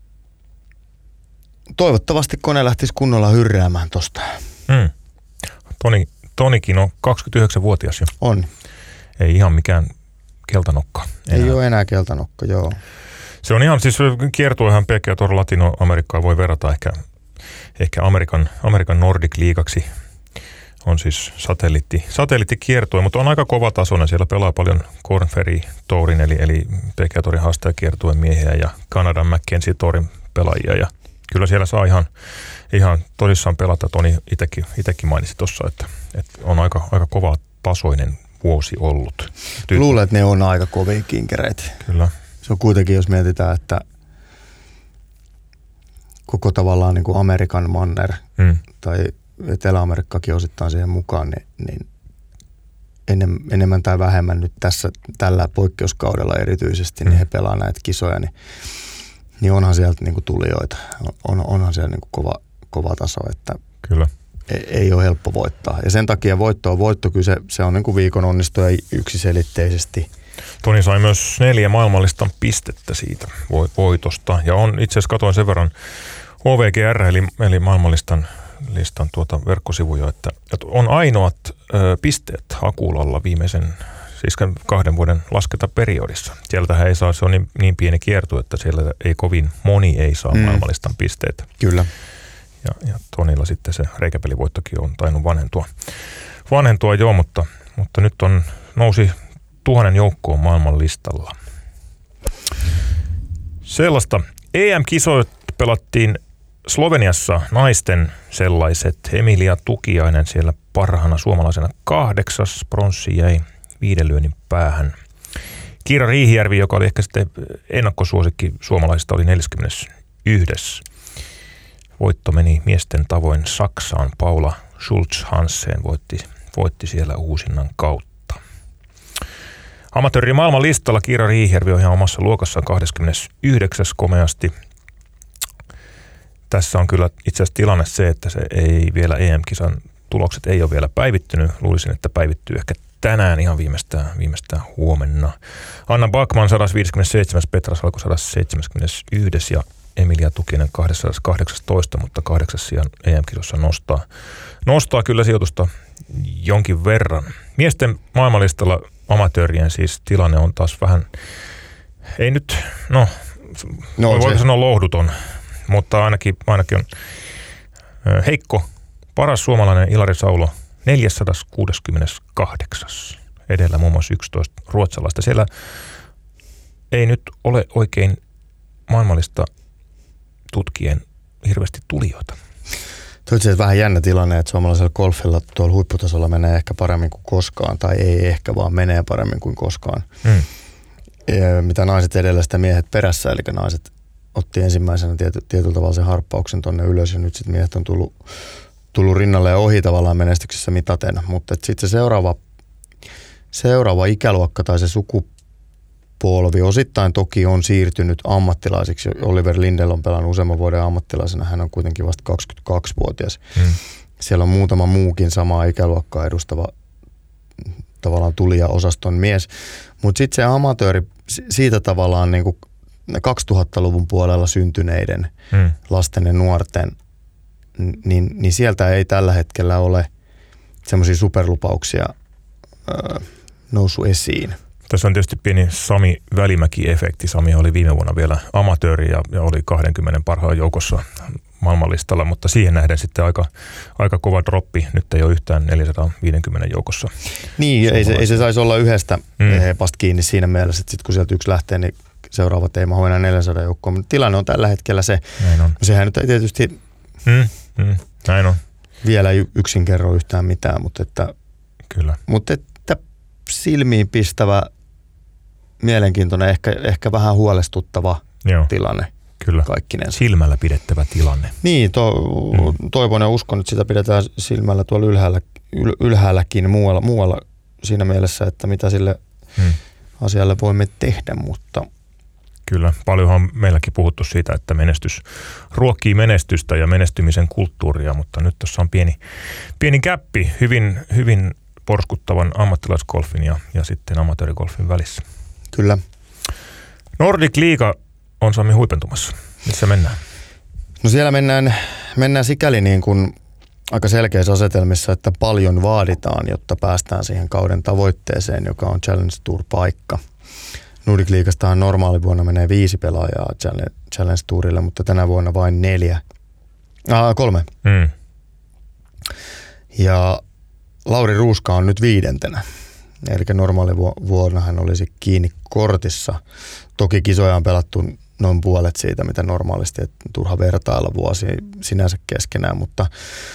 toivottavasti kone lähtisi kunnolla hyrräämään tosta. Mm. Toni, Tonikin on kaksikymmentäyhdeksänvuotias jo. On. Ei ihan mikään keltanokka enää. Ei ole enää keltanokka, joo. Se on ihan siis kiertuehan P G A Tour Latino-Amerikkaa voi verrata ehkä, ehkä Amerikan, Amerikan Nordic Liigaksi. On siis satelliitti, satelliittikiertue, mutta on aika kova tasoinen. Siellä pelaa paljon Korn Ferry Tourin eli, eli P G A Tourin haastajakiertueen miehiä ja Kanadan Mackenzie Tourin pelaajia. Ja kyllä siellä saa ihan, ihan tosissaan pelata. Toni itekin, itekin mainitsi tuossa, että, että on aika, aika kova tasoinen vuosi ollut. Luulen, että ne on aika kovia kinkereitä. Kyllä. Se on kuitenkin, jos mietitään, että koko tavallaan niin kuin Amerikan manner mm. tai Etelä-Amerikkakin osittain siihen mukaan, niin, niin enemmän, enemmän tai vähemmän nyt tässä tällä poikkeuskaudella erityisesti, mm. niin he pelaa näitä kisoja, niin, niin onhan sieltä niin kuin tulijoita. On, onhan siellä niin kuin kova, kova taso, että kyllä. Ei, ei ole helppo voittaa. Ja sen takia voitto on voitto, kyllä se, se on niin kuin viikon onnistuja yksiselitteisesti. Toni sai myös neljä maailmanlistan pistettä siitä voitosta. Ja on itse asiassa, katoin sen verran O V G R, eli, eli maailmanlistan listan tuota verkkosivuja, että, että on ainoat ö, pisteet Hakulalla viimeisen siis kahden vuoden laskentaperiodissa. Sieltähän ei saa, se on niin, niin pieni kiertue, että siellä ei kovin moni ei saa mm. maailmanlistan pisteitä. Kyllä. Ja, ja Tonilla sitten se reikäpelivoittokin on tainnut vanhentua. Vanhentua joo, mutta, mutta nyt on nousi tuhannen joukkoon maailmanlistalla. Sellaista. E M-kisoit pelattiin Sloveniassa naisten sellaiset. Emilia Tukiainen siellä parhaana suomalaisena kahdeksas, pronssi jäi viiden lyönnin päähän. Kiira Riihijärvi, joka oli ehkä sitten ennakkosuosikki suomalaisista, oli neljäskymmenesensimmäinen. Voitto meni miesten tavoin Saksaan. Paula Schulz-Hansen voitti, voitti siellä uusinnan kautta. Amatööri maailman listalla Kiira Riihijärvi on ihan omassa luokassaan kaksikymmentäyhdeksän komeasti. Tässä on kyllä itse asiassa tilanne se, että se ei vielä E M-kisan tulokset ei ole vielä päivittynyt. Luulisin, että päivittyy ehkä tänään ihan viimeistään, viimeistään huomenna. Anna Backman sata viisikymmentäseitsemän, Petra Salko sata seitsemänkymmentäyksi ja Emilia Tukinen kaksisataakahdeksantoista, mutta kahdeksas sijaan E M-kisossa nostaa, nostaa kyllä sijoitusta jonkin verran. Miesten maailmanlistalla amatöörien siis tilanne on taas vähän, ei nyt, no, no voiko se sanoa lohduton, mutta ainakin, ainakin on heikko. Paras suomalainen Ilari Saulo neljäsataakuusikymmentäkahdeksan. Edellä muun muassa yksitoista ruotsalaista. Siellä ei nyt ole oikein maailmallista tutkien hirveästi tulijoita. Tuo on vähän jännä tilanne, että suomalaisella golfilla tuolla huipputasolla menee ehkä paremmin kuin koskaan, tai ei ehkä, vaan menee paremmin kuin koskaan. Hmm. Mitä naiset edellä, sitä miehet perässä, eli naiset otti ensimmäisenä tiety, tietyllä tavalla sen harppauksen tonne ylös, ja nyt sitten miehet on tullut, tullut rinnalle ja ohi tavallaan menestyksessä mitaten. Mutta sitten se seuraava, seuraava ikäluokka tai se sukupolvi osittain toki on siirtynyt ammattilaisiksi. Oliver Lindell on pelannut useamman vuoden ammattilaisena, hän on kuitenkin vasta kaksikymmentäkaksivuotias. Hmm. Siellä on muutama muukin samaa ikäluokkaa edustava tavallaan tulija-osaston mies. Mutta sitten se amatööri, siitä tavallaan niin kuin kaksituhattaluvun puolella syntyneiden hmm. lasten ja nuorten, niin, niin sieltä ei tällä hetkellä ole semmoisia superlupauksia öö, noussut esiin. Tässä on tietysti pieni Sami Välimäki-efekti. Sami oli viime vuonna vielä amatööri ja, ja oli kaksikymmentä parhaan joukossa maailmanlistalla, mutta siihen nähden sitten aika, aika kova droppi. Nyt ei ole yhtään neljäsataaviisikymmentä joukossa. Niin, ei se, ei se saisi olla yhdestä mm. hepasta kiinni siinä mielessä, että sitten kun sieltä yksi lähtee, niin seuraavat ei mahu enää neljäsataa joukkoon. Mutta tilanne on tällä hetkellä se. Näin on. Sehän nyt ei tietysti mm. Mm. Näin on. vielä yksin kerro yhtään mitään, mutta että, Kyllä. Mutta että silmiin pistävä, mielenkiintoinen, ehkä, ehkä vähän huolestuttava Joo. tilanne. Kyllä, kaikkinensa. Silmällä pidettävä tilanne. Niin, to, mm. toivon ja uskon, että sitä pidetään silmällä tuolla ylhäällä, yl, ylhäälläkin muualla, muualla siinä mielessä, että mitä sille mm. asialle voimme tehdä, mutta... Kyllä, paljonhan on meilläkin puhuttu siitä, että menestys ruokkii menestystä ja menestymisen kulttuuria, mutta nyt tuossa on pieni, pieni käppi hyvin, hyvin porskuttavan ammattilaisgolfin ja, ja sitten amatöörigolfin välissä. Kyllä. Nordic Liiga on Sami huipentumassa. Missä mennään? No siellä mennään, mennään sikäli niin kuin aika selkeissä asetelmissa, että paljon vaaditaan, jotta päästään siihen kauden tavoitteeseen, joka on Challenge Tour-paikka. Nordic Liigastahan normaali vuonna menee viisi pelaajaa Challenge Tourille, mutta tänä vuonna vain neljä. Ah, kolme. Mm. Ja Lauri Ruuska on nyt viidentenä. Eli normaali vuonna hän olisi kiinni kortissa. Toki kisoja on pelattu noin puolet siitä, mitä normaalisti, että turha vertailla vuosia sinänsä keskenään, mutta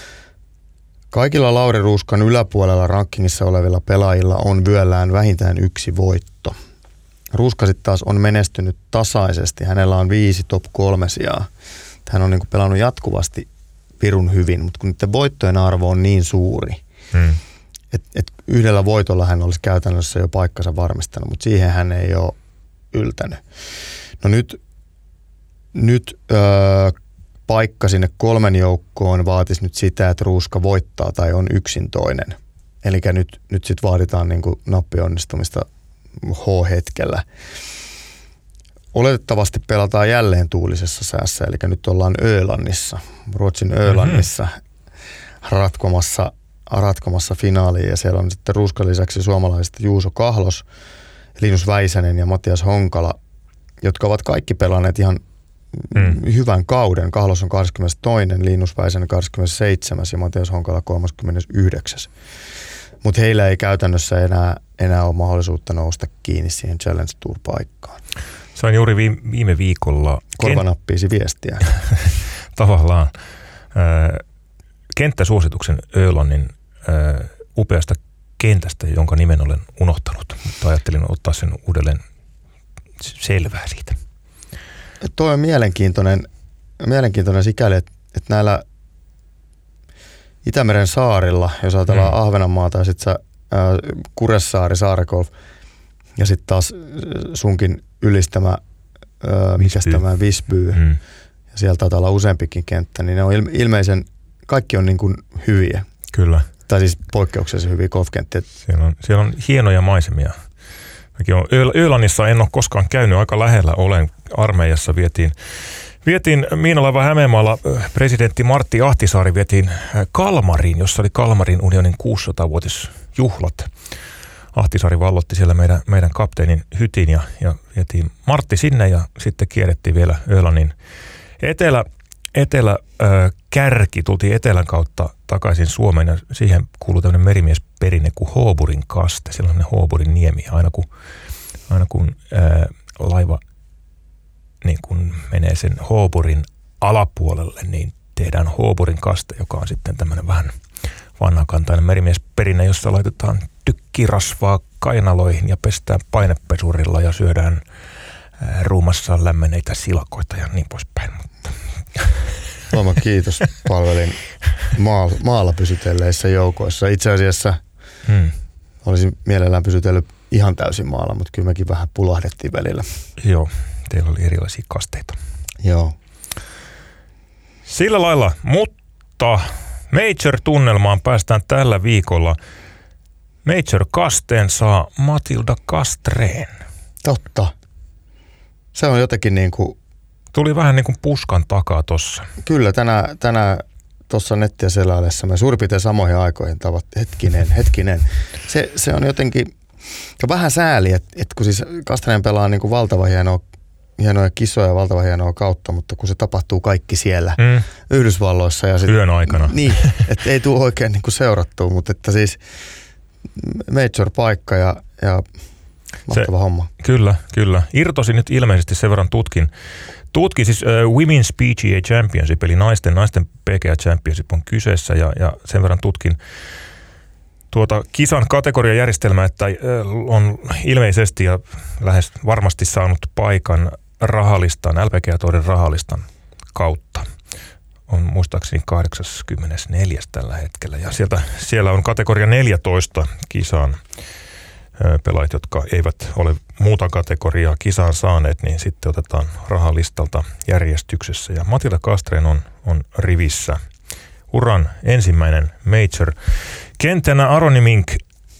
kaikilla Lauri Ruuskan yläpuolella rankingissa olevilla pelaajilla on vyöllään vähintään yksi voitto. Ruuska sitten taas on menestynyt tasaisesti. Hänellä on viisi top kolme sijaa. Hän on niinku pelannut jatkuvasti pirun hyvin, mutta kun niiden voittojen arvo on niin suuri, hmm. että et yhdellä voitolla hän olisi käytännössä jo paikkansa varmistanut, mutta siihen hän ei ole yltänyt. No nyt, nyt öö, paikka sinne kolmen joukkoon vaatisi nyt sitä, että Ruuska voittaa tai on yksin toinen. Eli nyt, nyt sitten vaaditaan niinku nappionnistumista H-hetkellä. Oletettavasti pelataan jälleen tuulisessa säässä, eli nyt ollaan Ölannissa, Ruotsin Ölannissa mm-hmm. ratkomassa, ratkomassa finaaliin, ja siellä on sitten Ruuskan lisäksi suomalaiset Juuso Kahlos, Linus Väisänen ja Matias Honkala, jotka ovat kaikki pelanneet ihan mm. hyvän kauden. Kahlos on kaksikymmentätoinen, Linus Väisänen kaksikymmentäseitsemäs ja Matias Honkala kolmaskymmenesyhdeksäs. Mutta heillä ei käytännössä enää, enää ole mahdollisuutta nousta kiinni siihen Challenge Tour-paikkaan. Sain juuri viime viikolla... Korvanappiisi viestiä. Tavallaan. Kenttäsuosituksen Ölannin upeasta kentästä, jonka nimen olen unohtanut, mutta ajattelin ottaa sen uudelleen selvää siitä. Tuo on mielenkiintoinen, mielenkiintoinen sikäli, että, että näillä Itämeren saarilla, jos ajatellaan mm. Ahvenanmaata ja sitten Kuressaari, Saarekolf ja sitten taas sunkin ylistämä, ää, mikäs tämä Visby mm. ja sieltä taitaa olla useampikin kenttä, niin ne on ilmeisen, kaikki on niin kuin hyviä. Kyllä. Tai siis poikkeuksellisen hyviä golfkenttiä. Siellä on, siellä on hienoja maisemia. Ölannissa en ole koskaan käynyt, aika lähellä olen. Armeijassa vietiin, Vietiin Miinalaiva Hämeenmaalla, presidentti Martti Ahtisaari vietiin Kalmariin, jossa oli Kalmarin unionin kuusisataa-vuotisjuhlat. Ahtisaari vallotti siellä meidän, meidän kapteenin hytin ja, ja vietiin Martti sinne ja sitten kierrettiin vielä Ölannin etelä, etelä äh, kärki. Tultiin etelän kautta takaisin Suomeen ja siihen kuului tämmöinen merimiesperinne kuin Hooburin kaste. Siellä on ne Hooburin niemi. Aina kun, aina kun äh, laiva niin kun menee sen Hooburin alapuolelle, niin tehdään Hooburin kaste, joka on sitten tämmöinen vähän vanhakantainen merimiesperinne, jossa laitetaan tykkirasvaa kainaloihin ja pestään painepesurilla ja syödään ruumassaan lämmenneitä silakoita ja niin poispäin. Mutta Tuoma, kiitos. Palvelin maalla, maalla pysytelleissä joukoissa. Itse asiassa hmm. olisin mielellään pysytellyt ihan täysin maalla, mutta kyllä mekin vähän pulahdettiin välillä. Joo, teillä oli erilaisia kasteita. Joo. Sillä lailla, mutta Major-tunnelmaan päästään tällä viikolla. Major-kasteen saa Matilda Castrén. Totta. Se on jotenkin niin kuin... Tuli vähän niin kuin puskan takaa tossa. Kyllä, tänä, tänä tuossa nettiä selaillessa me suurin piirtein samoihin aikoihin tavat. Hetkinen, hetkinen. Se, se on jotenkin vähän sääli, että et kun siis Castrén pelaa niin kuin valtavan hienoa, hienoja kisoja, valtavan hienoa kautta, mutta kun se tapahtuu kaikki siellä mm. Yhdysvalloissa. Ja sit, yön aikana. Niin, että ei tule oikein niin kuin seurattua, mutta että siis major-paikka ja, ja mahtava se, homma. Kyllä, kyllä. Irtosi nyt ilmeisesti sen verran tutkin. Tutkin siis uh, Women's P G A Championship, eli naisten, naisten P G A Championship on kyseessä, ja, ja sen verran tutkin tuota kisan kategoriajärjestelmää, että uh, on ilmeisesti ja lähes varmasti saanut paikan rahalistan, L P G A-tourin rahalistan kautta. On muistaakseni kahdeksankymmentäneljä tällä hetkellä, ja sieltä, siellä on kategoria neljätoista kisaan pelaajat, jotka eivät ole muuta kategoriaa kisaan saaneet, niin sitten otetaan rahalistalta järjestyksessä. Ja Matilda Castrén on, on rivissä. Uran ensimmäinen major. Kenttänä Aronimink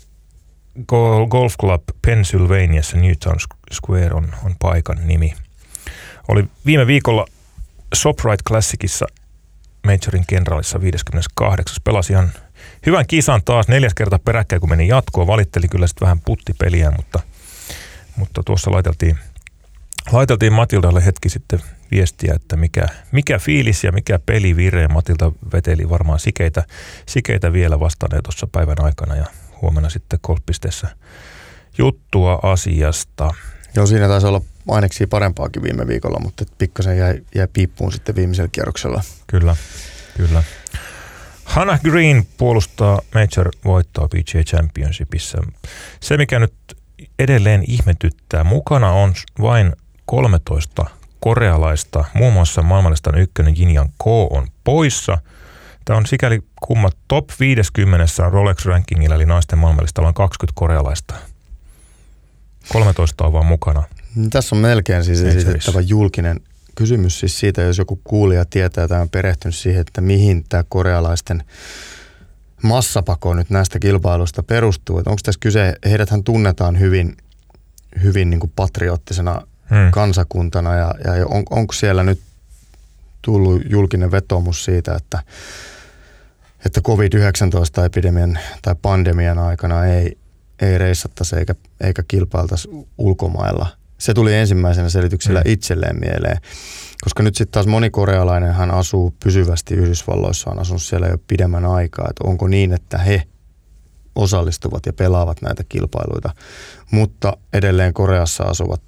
Golf Club Pennsylvaniassa, Newtown Square on, on paikan nimi. Oli viime viikolla Shoprite Classicissa majorin kenraalissa viideskymmeneskahdeksas. Pelasi ihan hyvän kisan taas neljäs kerta peräkkäin, kun meni jatkoon. Valitteli kyllä sitten vähän puttipeliä, mutta, mutta tuossa laiteltiin, laiteltiin Matildalle hetki sitten viestiä, että mikä, mikä fiilis ja mikä pelivire. Matilda veteli varmaan sikeitä, sikeitä vielä vastaneen tuossa päivän aikana ja huomenna sitten golfpisteessä juttua asiasta. Joo, siinä taisi olla aineksia parempaakin viime viikolla, mutta pikkasen jäi, jäi piippuun sitten viimeisellä kierroksella. Kyllä, kyllä. Hannah Green puolustaa Major-voittoa P G A Championshipissa. Se, mikä nyt edelleen ihmetyttää, mukana on vain kolmetoista korealaista. Muun muassa maailmanlistan ykkönen Jin Young Ko on poissa. Tämä on sikäli kumma top viisikymmentä Rolex-rankingilla, eli naisten maailmanlistalla on kaksikymmentä korealaista. kolmetoista on vaan mukana. Tässä on melkein siis esitettävä julkinen kysymys siis siitä, jos joku kuulija tietää tai on perehtynyt siihen, että mihin tämä korealaisten massapako nyt näistä kilpailuista perustuu. Että onko tässä kyse, heidäthän tunnetaan hyvin, hyvin niin kuin patriottisena hmm. kansakuntana ja, ja on, onko siellä nyt tullut julkinen vetoomus siitä, että, että covid yhdeksäntoista-epidemian tai pandemian aikana ei, ei reissattaisi eikä, eikä kilpailtaisi ulkomailla. Se tuli ensimmäisenä selityksellä mm. itselleen mieleen, koska nyt sitten taas moni korealainen hän asuu pysyvästi Yhdysvalloissa, on asunut siellä jo pidemmän aikaa, että onko niin, että he osallistuvat ja pelaavat näitä kilpailuita, mutta edelleen Koreassa asuvat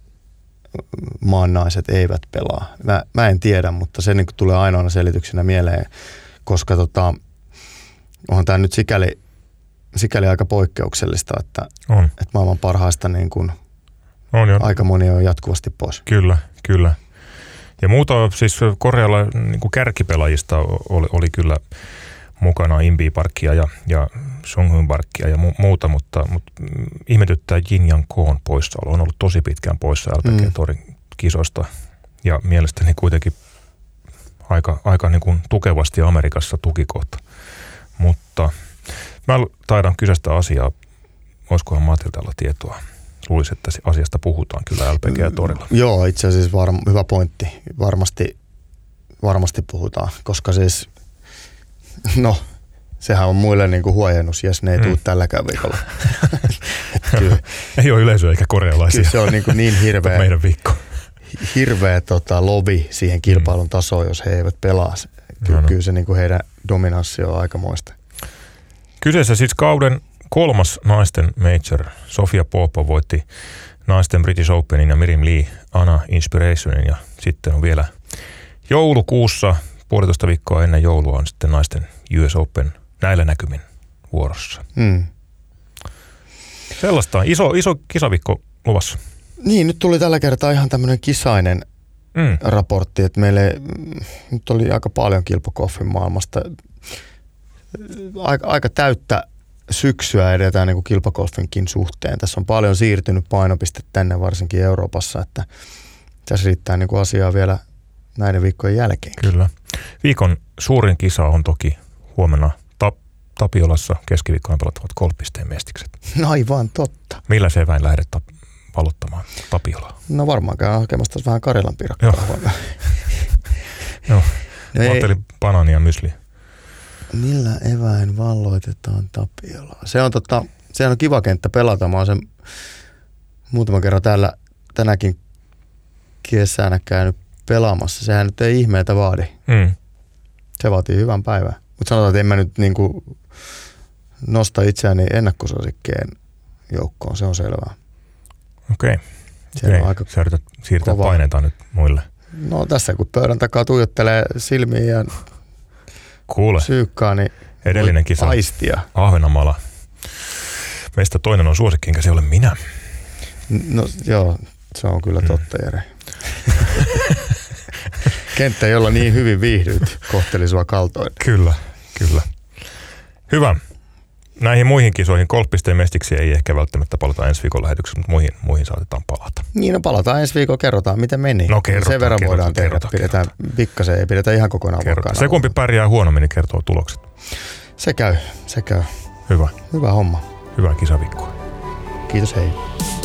maannaiset eivät pelaa. Mä, mä en tiedä, mutta se niin tulee ainoana selityksenä mieleen, koska tota, onhan tämä nyt sikäli, sikäli aika poikkeuksellista, että, on. että maailman parhaista niin kuin on jo. Aika moni on jatkuvasti pois. Kyllä, kyllä. Ja muuta siis Korealla niin kuin kärkipelaajista oli, oli kyllä mukana Imbi Parkia ja, ja Sunghoon Parkia ja mu- muuta, mutta, mutta ihmetyttää Jin Young Koon poissaolo. On ollut tosi pitkään poissa L P G A-tourin mm. kisoista ja mielestäni kuitenkin aika, aika niin kuin tukevasti Amerikassa tukikohta. Mutta mä taidan kyseistä asiaa, olisikohan Matildalla tietoa luulisi, että asiasta puhutaan kyllä L P G A-torilla. Joo, itse asiassa varm, hyvä pointti. Varmasti, varmasti puhutaan, koska siis, no, sehän on muille niin kuin huojennus, jes ne ei mm. tule tälläkään viikolla. kyllä, ei ole yleisöä eikä korealaisia. Kyllä se on niin, kuin niin hirveä, meidän viikko. hirveä tota, lovi siihen kilpailun tasoon, jos he eivät pelaa. Kyllä, no, no. kyllä se niin kuin heidän dominanssi on aikamoista. Kyseessä siis kauden kolmas naisten major. Sofia Popov voitti naisten British Openin ja Miriam Lee Ana Inspirationin ja sitten on vielä joulukuussa, puolitoista viikkoa ennen joulua on sitten naisten U S Open näillä näkymin vuorossa. Mm. Sellaista iso, iso kisaviikko luvassa. Niin, nyt tuli tällä kertaa ihan tämmöinen kisainen mm. raportti, että meille nyt oli aika paljon kilpakoffin maailmasta. Aika, aika täyttä syksyä edetään niin kuin kilpakolfinkin suhteen. Tässä on paljon siirtynyt painopiste tänne, varsinkin Euroopassa, että tässä riittää niin kuin asiaa vielä näiden viikkojen jälkeen. Kyllä. Viikon suurin kisa on toki huomenna Tap- Tapiolassa keskiviikkona pelattavat golfpisteen mestikset. No aivan totta. Millä se väin lähdet tap- valottamaan Tapiolaa? No varmaan käyn hakemassa vähän Karjalan piirakkaa. Joo. Joo. Mä ajattelin banaania ja mysliä. Millä eväin valloitetaan Tapiolaa? Se on, tota, sehän on kiva kenttä pelata. Mä oon sen muutaman kerran täällä tänäkin kesänä käynyt pelaamassa. Sehän nyt ei ihmeitä vaadi. Mm. Se vaatii hyvän päivän. Mutta sanotaan, että en mä nyt niinku nosta itseäni ennakkosuosikkeen joukkoon. Se on selvää. Okei. Okay. Okay. Sä yrität siirtää kova paineita nyt muille. No tässä kun pöydän takaa tuijottelee silmiin ja kuule, syykkaa, niin edellinen kisa aistia. Ahvenanmaalla. Meistä toinen on suosikki, enkä se ole minä. No joo, se on kyllä totta, Jere. Kenttä, jolla niin hyvin viihdyt, kohteli sua kaltoin. Kyllä, kyllä. Hyvä. Näihin muihin kisoihin, golfpisteen mestiksi ei ehkä välttämättä palata ensi viikon lähetyksessä, mutta muihin, muihin saatetaan palata. Niin, no palataan ensi viikolla, kerrotaan miten meni. No kerrotaan. Sen verran kerrotaan, voidaan tehdä, kerrotaan, pidetään kerrotaan. pikkasen, ei pidetä ihan kokonaan vakana. Se kumpi pärjää huonommin, niin kertoo tulokset. Se käy, se käy. Hyvä. Hyvä homma. Hyvää kisaviikkoa. Kiitos, hei.